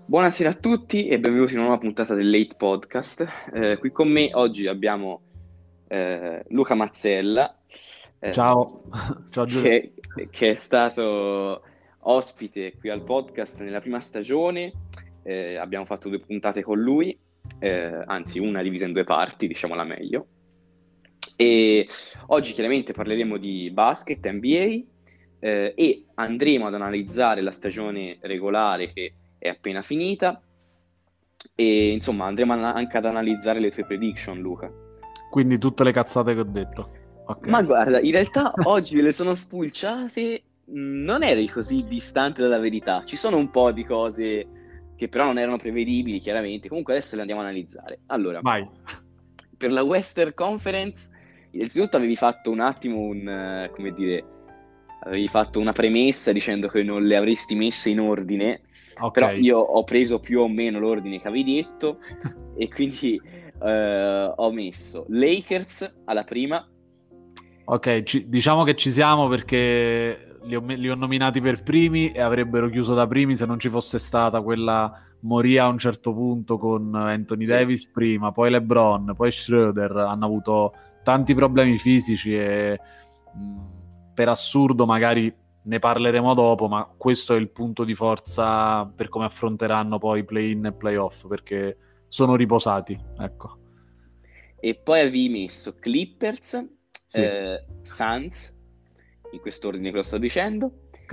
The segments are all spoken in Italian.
Buonasera a tutti e benvenuti in una nuova puntata del Late Podcast. Qui con me oggi abbiamo Luca Mazzella, eh, Ciao, ciao Giulio. che, che è stato ospite qui al podcast nella prima stagione. Abbiamo fatto 2 puntate con lui, anzi una divisa in 2 parti, diciamola meglio. E oggi chiaramente parleremo di basket, NBA, e andremo ad analizzare la stagione regolare che è appena finita e insomma andremo anche ad analizzare le tue prediction, Luca. Quindi tutte le cazzate che ho detto. Ma Ok. guarda, in realtà oggi me le sono spulciate, non eri così distante dalla verità. Ci sono un po' di cose che però non erano prevedibili, chiaramente. Comunque adesso le andiamo a analizzare. Allora, Vai. per la Western Conference, innanzitutto avevi fatto un attimo come dire, avevi fatto una premessa dicendo che non le avresti messe in ordine, Ok. però io ho preso più o meno l'ordine che avevi detto e quindi ho messo Lakers alla prima. Ok, diciamo che ci siamo perché li ho nominati per primi e avrebbero chiuso da primi se non ci fosse stata quella moria a un certo punto con Anthony Sì. Davis prima, poi LeBron, poi Schroeder. Hanno avuto tanti problemi fisici e per assurdo magari ne parleremo dopo, ma questo è il punto di forza per come affronteranno poi play-in e play-off, perché sono riposati, ecco. E poi avevi messo Clippers, Sì, Suns, in quest'ordine che lo sto dicendo, ok.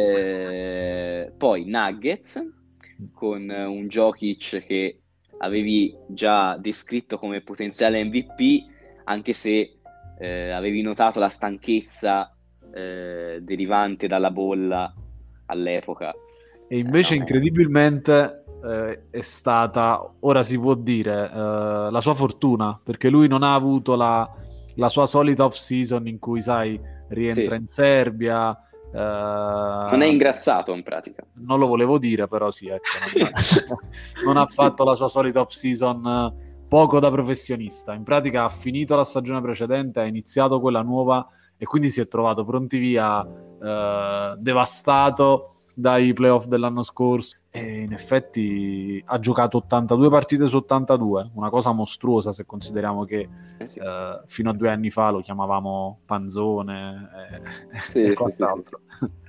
poi Nuggets, con un Jokic che avevi già descritto come potenziale MVP, anche se avevi notato la stanchezza derivante dalla bolla all'epoca. E invece No. incredibilmente è stata, ora si può dire, la sua fortuna, perché lui non ha avuto la sua solita off-season in cui, sai, rientra Sì, in Serbia. non è ingrassato in pratica. Non lo volevo dire, però sì, ecco, non ha Sì. fatto la sua solita off-season poco da professionista. In pratica ha finito la stagione precedente, ha iniziato quella nuova e quindi si è trovato pronti via, devastato dai playoff dell'anno scorso e in effetti ha giocato 82 partite su 82, una cosa mostruosa se consideriamo che Sì. fino a 2 anni fa lo chiamavamo Panzone e Sì, sì, sì, sì, sì. quant'altro.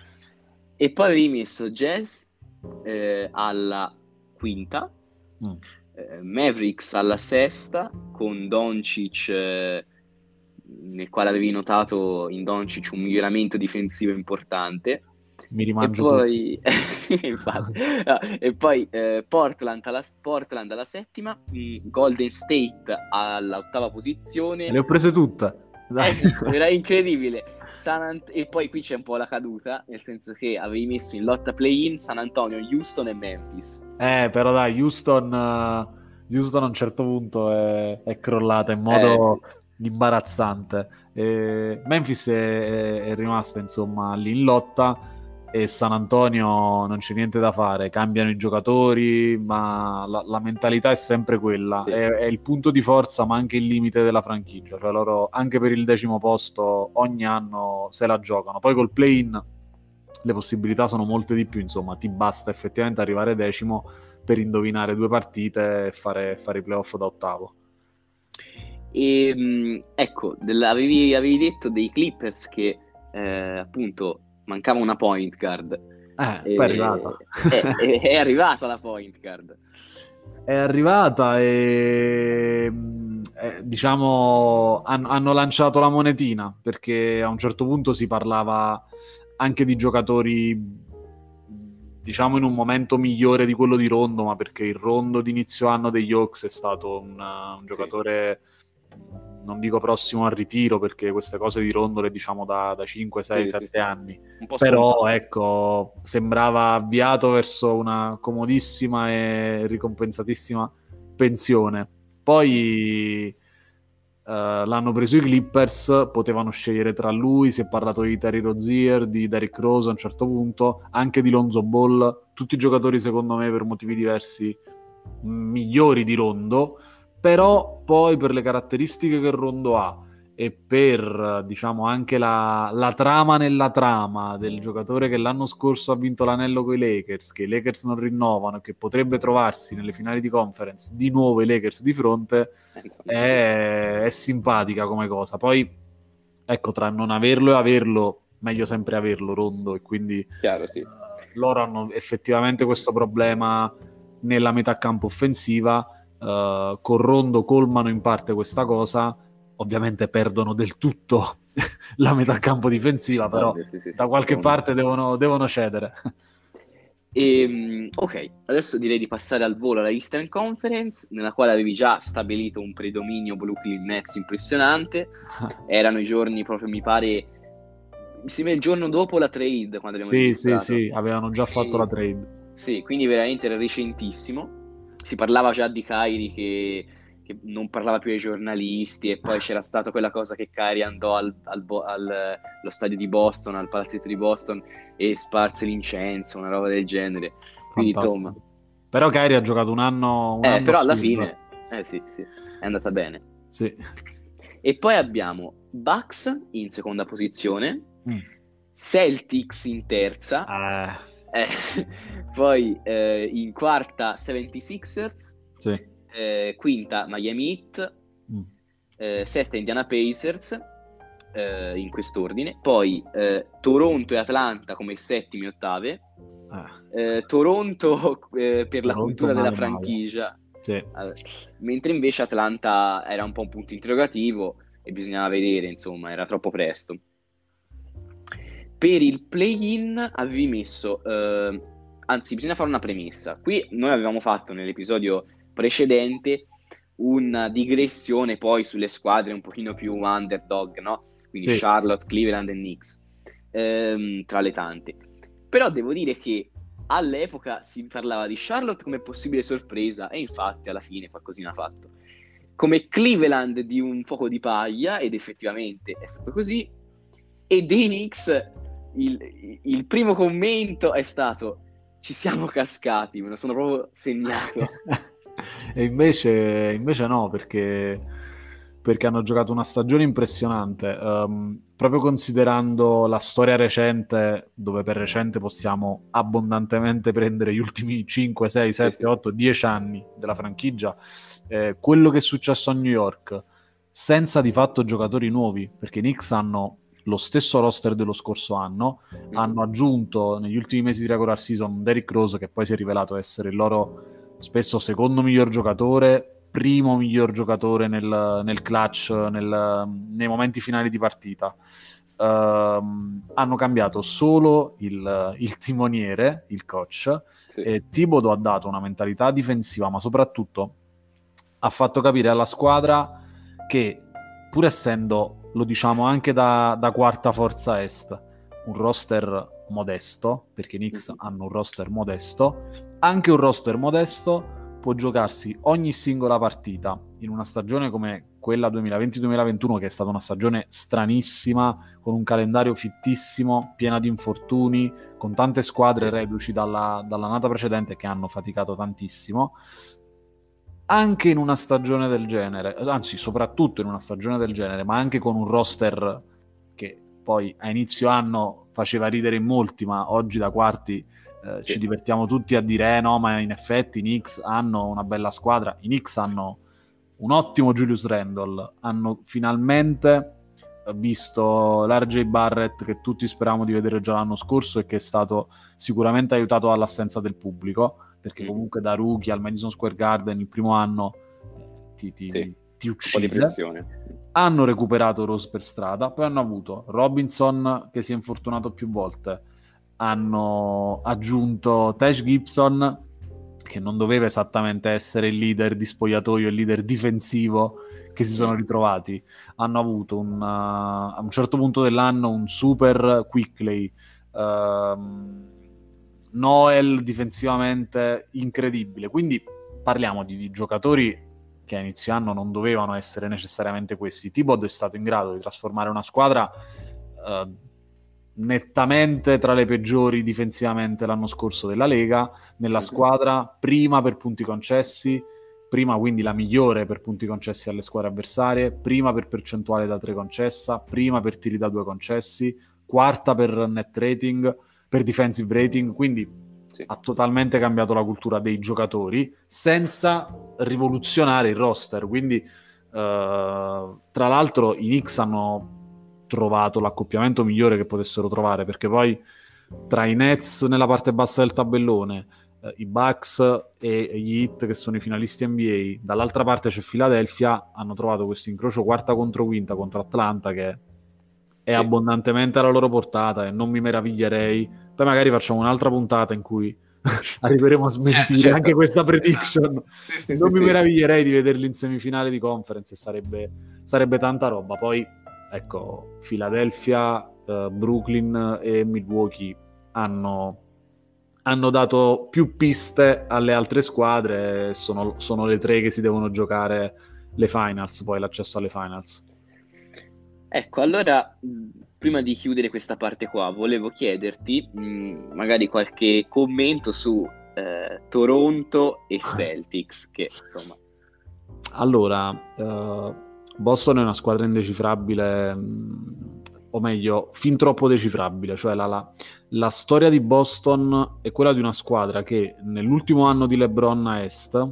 E poi avevi messo Jazz alla quinta, Mm. Mavericks alla sesta, con Doncic, nel quale avevi notato in Doncic un miglioramento difensivo importante. Mi E rimangio tutto. poi, infatti, no, e poi Portland alla settima, Golden State all'ottava posizione. Le ho prese tutte. Dai. Eh sì, era incredibile. E poi qui c'è un po' la caduta, nel senso che avevi messo in lotta play-in San Antonio, Houston e Memphis. Però dai, Houston a un certo punto è crollata in Sì, modo imbarazzante. Memphis è rimasta insomma lì in lotta e San Antonio non c'è niente da fare, cambiano i giocatori, ma la mentalità è sempre quella, sì. è il punto di forza ma anche il limite della franchigia, cioè loro anche per il 10° posto ogni anno se la giocano, poi col play-in le possibilità sono molte di più, insomma ti basta effettivamente arrivare 10° per indovinare 2 partite e fare i playoff da ottavo. E ecco, avevi detto dei Clippers che appunto mancava una point guard. Poi è arrivata. È arrivata la point guard. È arrivata e diciamo hanno lanciato la monetina perché a un certo punto si parlava anche di giocatori diciamo in un momento migliore di quello di Rondo, ma perché il Rondo di inizio anno degli Hawks è stato un Sì, giocatore, non dico prossimo al ritiro perché queste cose di Rondo le diciamo da 5, 6, sì, sì, 7 sì. anni, Un po' però scontato. ecco sembrava avviato verso una comodissima e ricompensatissima pensione. Poi l'hanno preso i Clippers, potevano scegliere tra lui, si è parlato di Terry Rozier, di Derrick Rose a un certo punto, anche di Lonzo Ball, tutti giocatori secondo me per motivi diversi migliori di Rondo, però poi per le caratteristiche che Rondo ha e per, diciamo, anche la trama nella trama del giocatore che l'anno scorso ha vinto l'anello con i Lakers, che i Lakers non rinnovano e che potrebbe trovarsi nelle finali di conference di nuovo i Lakers di fronte, è simpatica come cosa. Poi, ecco, tra non averlo e averlo, meglio sempre averlo Rondo, e quindi chiaro, sì. Loro hanno effettivamente questo problema nella metà campo offensiva, con Rondo colmano in parte questa cosa, ovviamente perdono del tutto la metà campo difensiva, però Ovvio, sì, da qualche parte devono cedere. Ok, adesso direi di passare al volo alla Eastern Conference, nella quale avevi già stabilito un predominio Brooklyn Nets impressionante. Erano i giorni proprio, mi sembra il giorno dopo la trade, quando abbiamo registrato. Sì, avevano già fatto la trade. Sì, quindi veramente era recentissimo. Si parlava già di Kyrie che non parlava più ai giornalisti, e poi c'era stata quella cosa che Kyrie andò allo stadio di Boston, al palazzetto di Boston, e sparse l'incenso, una roba del genere. Quindi Fantastico. insomma, Però Kyrie ha giocato un anno però alla assurdo. fine sì, è andata bene. Sì. E poi abbiamo Bucks in seconda posizione, Celtics in terza, poi in quarta 76ers, sì. Quinta Miami Heat, sesta Indiana Pacers, in quest'ordine, poi Toronto e Atlanta come settimi e ottave, Toronto per la cultura della franchigia, sì. Mentre invece Atlanta era un po' un punto interrogativo e bisognava vedere, insomma, era troppo presto. Per il play-in avevi messo, anzi bisogna fare una premessa. Qui noi avevamo fatto nell'episodio precedente una digressione poi sulle squadre un pochino più underdog, no? Quindi sì. Charlotte, Cleveland e Knicks, tra le tante. Però devo dire che all'epoca si parlava di Charlotte come possibile sorpresa, e infatti alla fine qualcosina ha fatto. Come Cleveland di un fuoco di paglia, ed effettivamente è stato così. E dei Knicks il primo commento è stato: ci siamo cascati, me lo sono proprio segnato. E invece no, perché hanno giocato una stagione impressionante, proprio considerando la storia recente, dove per recente possiamo abbondantemente prendere gli ultimi 5, 6, 7, 8, 10 anni della franchigia, quello che è successo a New York, senza di fatto giocatori nuovi, perché i Knicks hanno lo stesso roster dello scorso anno, hanno aggiunto negli ultimi mesi di regular season Derrick Rose, che poi si è rivelato essere il loro spesso secondo miglior giocatore, primo miglior giocatore nel clutch, nei momenti finali di partita. Hanno cambiato solo il timoniere, il coach, e Thibodeau ha dato una mentalità difensiva, ma soprattutto ha fatto capire alla squadra che, pur essendo, lo diciamo anche da quarta forza est, un roster modesto, perché i Knicks hanno un roster modesto, anche un roster modesto può giocarsi ogni singola partita in una stagione come quella 2020-2021, che è stata una stagione stranissima, con un calendario fittissimo, piena di infortuni, con tante squadre reduci dall'annata precedente che hanno faticato tantissimo. Anche in una stagione del genere, anzi soprattutto in una stagione del genere, ma anche con un roster che poi a inizio anno faceva ridere in molti, ma oggi da quarti ci divertiamo tutti a dire no, ma in effetti i Knicks hanno una bella squadra. I Knicks hanno un ottimo Julius Randle, hanno finalmente visto l'RJ Barrett che tutti speravamo di vedere già l'anno scorso e che è stato sicuramente aiutato dall'assenza del pubblico, perché comunque da rookie al Madison Square Garden il primo anno ti uccide. Un po' di pressione. Hanno recuperato Rose per strada, poi hanno avuto Robinson che si è infortunato più volte, hanno aggiunto Taj Gibson che non doveva esattamente essere il leader di spogliatoio, il leader difensivo che si sono ritrovati, hanno avuto a un certo punto dell'anno un super Quickley, Noel difensivamente incredibile, quindi parliamo di giocatori che a inizio anno non dovevano essere necessariamente questi. Thibodeau è stato in grado di trasformare una squadra nettamente tra le peggiori difensivamente l'anno scorso della Lega, nella squadra prima per punti concessi, prima quindi la migliore per punti concessi alle squadre avversarie, prima per percentuale da 3 concessa, prima per tiri da 2 concessi, quarta per net rating, per defensive rating, quindi ha totalmente cambiato la cultura dei giocatori senza rivoluzionare il roster. Quindi tra l'altro i Knicks hanno trovato l'accoppiamento migliore che potessero trovare, perché poi tra i Nets nella parte bassa del tabellone, i Bucks e gli Heat che sono i finalisti NBA, dall'altra parte c'è Philadelphia, hanno trovato questo incrocio quarta contro quinta contro Atlanta che è abbondantemente alla loro portata e non mi meraviglierei. Poi magari facciamo un'altra puntata in cui arriveremo a smentire anche questa prediction. Non mi meraviglierei di vederli in semifinale di conference, sarebbe tanta roba. Poi ecco, Philadelphia, Brooklyn e Milwaukee hanno dato più piste alle altre squadre, sono le tre che si devono giocare le finals, poi l'accesso alle finals. Ecco, allora, prima di chiudere questa parte qua, volevo chiederti magari qualche commento su Toronto e Celtics, che insomma... Allora, Boston è una squadra indecifrabile, o meglio, fin troppo decifrabile, cioè la storia di Boston è quella di una squadra che nell'ultimo anno di LeBron a Est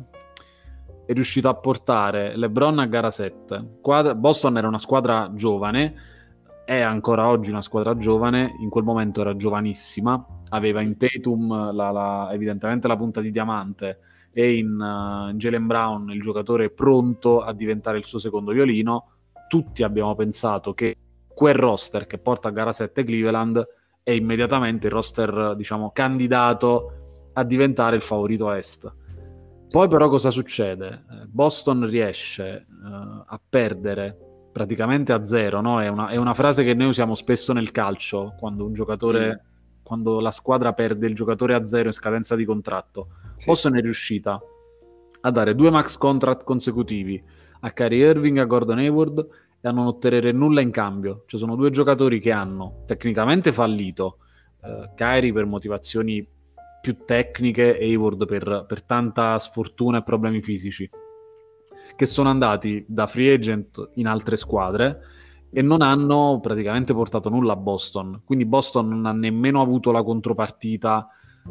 è riuscita a portare LeBron a gara 7. Boston era una squadra giovane, è ancora oggi una squadra giovane, in quel momento era giovanissima, aveva in Tatum evidentemente la punta di diamante e in Jaylen Brown il giocatore pronto a diventare il suo secondo violino. Tutti abbiamo pensato che quel roster che porta a gara 7 Cleveland è immediatamente il roster, diciamo, candidato a diventare il favorito a Est. Poi però cosa succede? Boston riesce a perdere praticamente a zero, no? È una frase che noi usiamo spesso nel calcio, quando un giocatore, quando la squadra perde il giocatore a zero in scadenza di contratto. Boston è riuscita a dare 2 max contract consecutivi a Kyrie Irving e a Gordon Hayward e a non ottenere nulla in cambio. Ci sono 2 giocatori che hanno tecnicamente fallito, Kyrie per motivazioni più tecniche, Hayward per tanta sfortuna e problemi fisici, che sono andati da free agent in altre squadre e non hanno praticamente portato nulla a Boston. Quindi Boston non ha nemmeno avuto la contropartita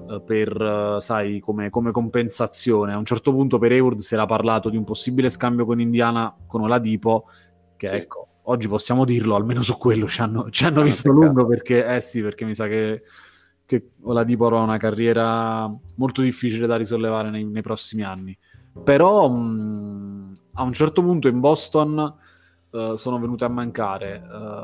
per, sai, come compensazione. A un certo punto per Hayward si era parlato di un possibile scambio con Indiana, con Oladipo, che ecco, oggi possiamo dirlo, almeno su quello ci hanno visto lungo, perché mi sa che Oladipo avrà una carriera molto difficile da risollevare nei prossimi anni. Però a un certo punto in Boston sono venute a mancare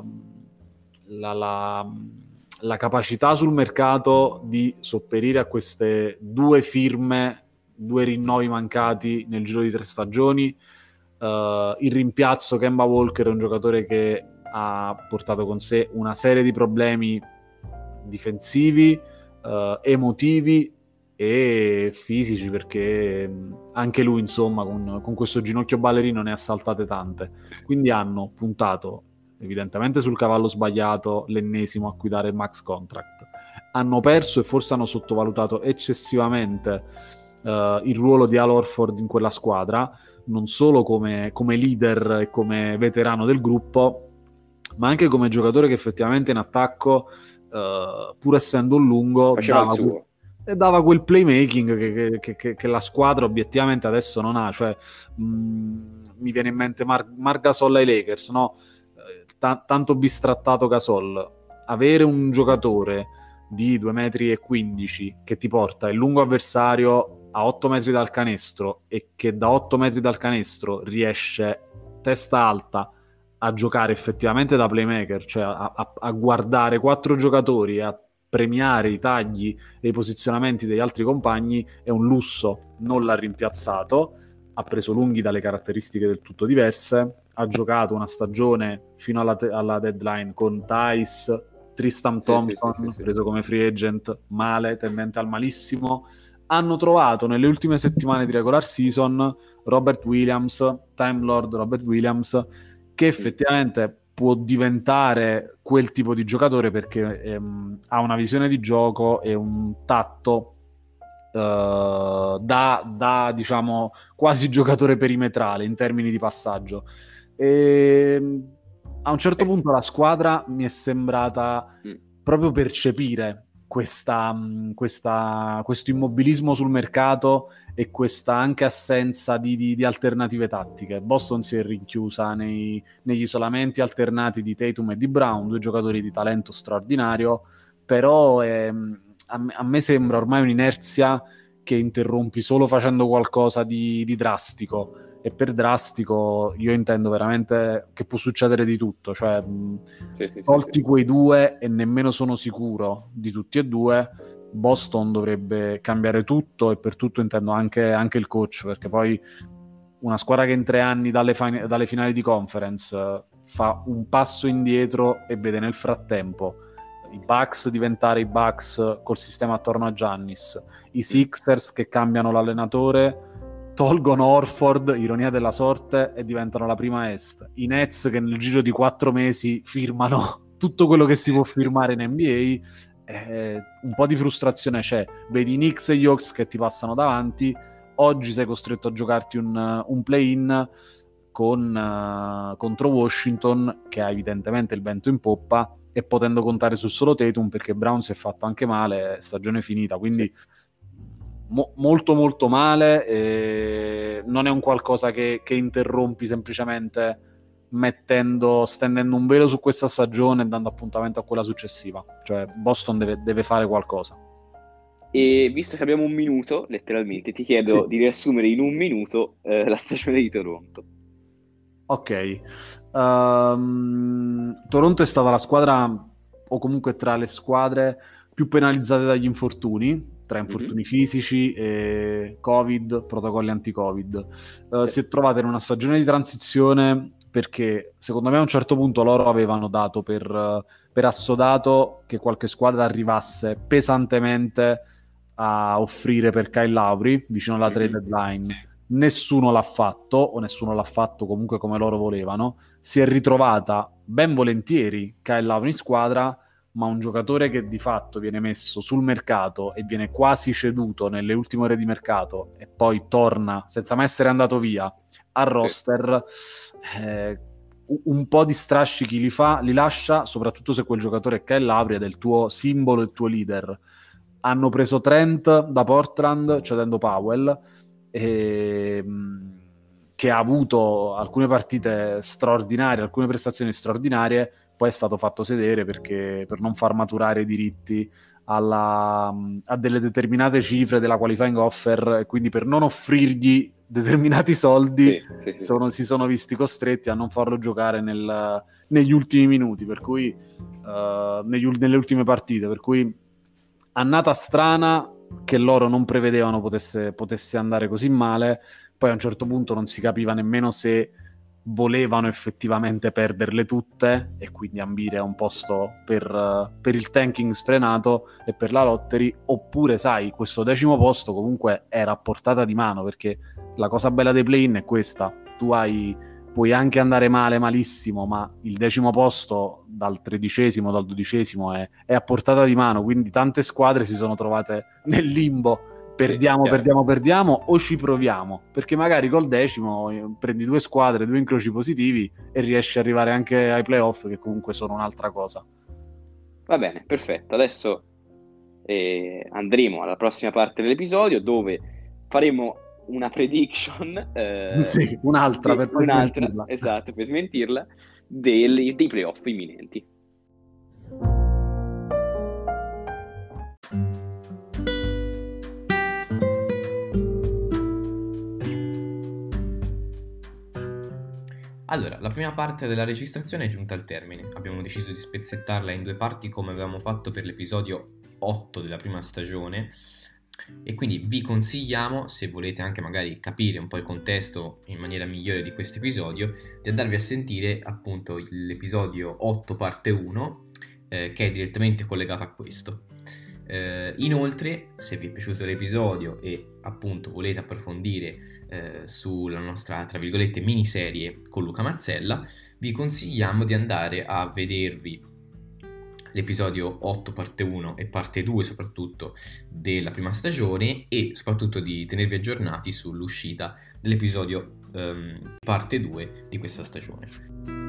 la capacità sul mercato di sopperire a queste 2 firme, 2 rinnovi mancati nel giro di 3 stagioni. Il rimpiazzo Kemba Walker è un giocatore che ha portato con sé una serie di problemi difensivi, emotivi e fisici, perché anche lui insomma con questo ginocchio ballerino ne ha saltate tante. Quindi hanno puntato evidentemente sul cavallo sbagliato, l'ennesimo a cui dare il max contract. Hanno perso e forse hanno sottovalutato eccessivamente il ruolo di Al Horford in quella squadra, non solo come leader e come veterano del gruppo, ma anche come giocatore che effettivamente in attacco, pur essendo un lungo, dava quel playmaking che la squadra obiettivamente adesso non ha. Cioè, mi viene in mente Marc Gasol ai Lakers, no? Tanto bistrattato Gasol. Avere un giocatore di 2,15 m che ti porta il lungo avversario a 8 metri dal canestro e che da 8 metri dal canestro riesce testa alta a giocare effettivamente da playmaker, cioè a guardare 4 giocatori e a premiare i tagli e i posizionamenti degli altri compagni, è un lusso. Non l'ha rimpiazzato, ha preso lunghi dalle caratteristiche del tutto diverse, ha giocato una stagione fino alla deadline con Tice, Tristan Thompson, preso come free agent, male, tendente al malissimo. Hanno trovato nelle ultime settimane di regular season Robert Williams, Time Lord Robert Williams, che effettivamente può diventare quel tipo di giocatore, perché ha una visione di gioco e un tatto da diciamo quasi giocatore perimetrale in termini di passaggio. E a un certo punto la squadra mi è sembrata proprio percepire questo immobilismo sul mercato e questa anche assenza di alternative tattiche. Boston si è rinchiusa negli isolamenti alternati di Tatum e di Brown, due giocatori di talento straordinario, però a me sembra ormai un'inerzia che interrompi solo facendo qualcosa di drastico, e per drastico io intendo veramente che può succedere di tutto, cioè tolti quei due, e nemmeno sono sicuro di tutti e due, Boston dovrebbe cambiare tutto, e per tutto intendo anche il coach, perché poi una squadra che in 3 anni dalle finali di conference fa un passo indietro e vede nel frattempo i Bucks diventare i Bucks col sistema attorno a Giannis, i Sixers che cambiano l'allenatore, tolgono Horford, ironia della sorte, e diventano la prima Est, i Nets che nel giro di 4 mesi firmano tutto quello che si può firmare in NBA, un po' di frustrazione c'è. Vedi i Knicks e gli Hawks che ti passano davanti, oggi sei costretto a giocarti un play-in contro Washington, che ha evidentemente il vento in poppa, e potendo contare su solo Tatum perché Brown si è fatto anche male, stagione finita, quindi molto molto male, e non è un qualcosa che interrompi semplicemente stendendo un velo su questa stagione e dando appuntamento a quella successiva. Cioè Boston deve fare qualcosa. E visto che abbiamo un minuto, letteralmente, ti chiedo di riassumere in un minuto la stagione di Toronto. Ok, Toronto è stata la squadra, o comunque tra le squadre più penalizzate dagli infortuni, tra infortuni fisici e Covid, protocolli anti-Covid. Si è trovata in una stagione di transizione perché secondo me a un certo punto loro avevano dato per assodato che qualche squadra arrivasse pesantemente a offrire per Kyle Lowry vicino alla trade deadline. Nessuno l'ha fatto, o nessuno l'ha fatto comunque come loro volevano. Si è ritrovata ben volentieri Kyle Lowry in squadra, ma un giocatore che di fatto viene messo sul mercato e viene quasi ceduto nelle ultime ore di mercato e poi torna senza mai essere andato via al roster, un po' di strascichi li lascia, soprattutto se quel giocatore è Kyle Lowry ed è il tuo simbolo, il tuo leader. Hanno preso Trent da Portland cedendo Powell, che ha avuto alcune partite straordinarie, alcune prestazioni straordinarie, poi è stato fatto sedere perché per non far maturare i diritti a delle determinate cifre della qualifying offer, e quindi per non offrirgli determinati soldi si sono visti costretti a non farlo giocare negli ultimi minuti, per cui nelle ultime partite, per cui annata strana che loro non prevedevano potesse andare così male. Poi a un certo punto non si capiva nemmeno se volevano effettivamente perderle tutte e quindi ambire a un posto per il tanking sfrenato e per la lottery, oppure sai, questo 10° posto comunque era a portata di mano, perché la cosa bella dei play-in è questa: puoi anche andare male, malissimo, ma il 10° posto dal 13°, dal 12° è a portata di mano, quindi tante squadre si sono trovate nel limbo. Perdiamo o ci proviamo, perché magari col 10° prendi 2 squadre, 2 incroci positivi e riesci ad arrivare anche ai playoff, che comunque sono un'altra cosa. Va bene, perfetto. Adesso andremo alla prossima parte dell'episodio, dove faremo una prediction, sì, un'altra per smentirla. Esatto, per smentirla, dei playoff imminenti. Allora, la prima parte della registrazione è giunta al termine. Abbiamo deciso di spezzettarla in 2 parti come avevamo fatto per l'episodio 8 della prima stagione, e quindi vi consigliamo, se volete anche magari capire un po' il contesto in maniera migliore di questo episodio, di andarvi a sentire appunto l'episodio 8 parte 1, che è direttamente collegato a questo. Inoltre, se vi è piaciuto l'episodio e appunto volete approfondire sulla nostra, tra virgolette, miniserie con Luca Mazzella, vi consigliamo di andare a vedervi l'episodio 8 parte 1 e parte 2 soprattutto della prima stagione, e soprattutto di tenervi aggiornati sull'uscita dell'episodio parte 2 di questa stagione.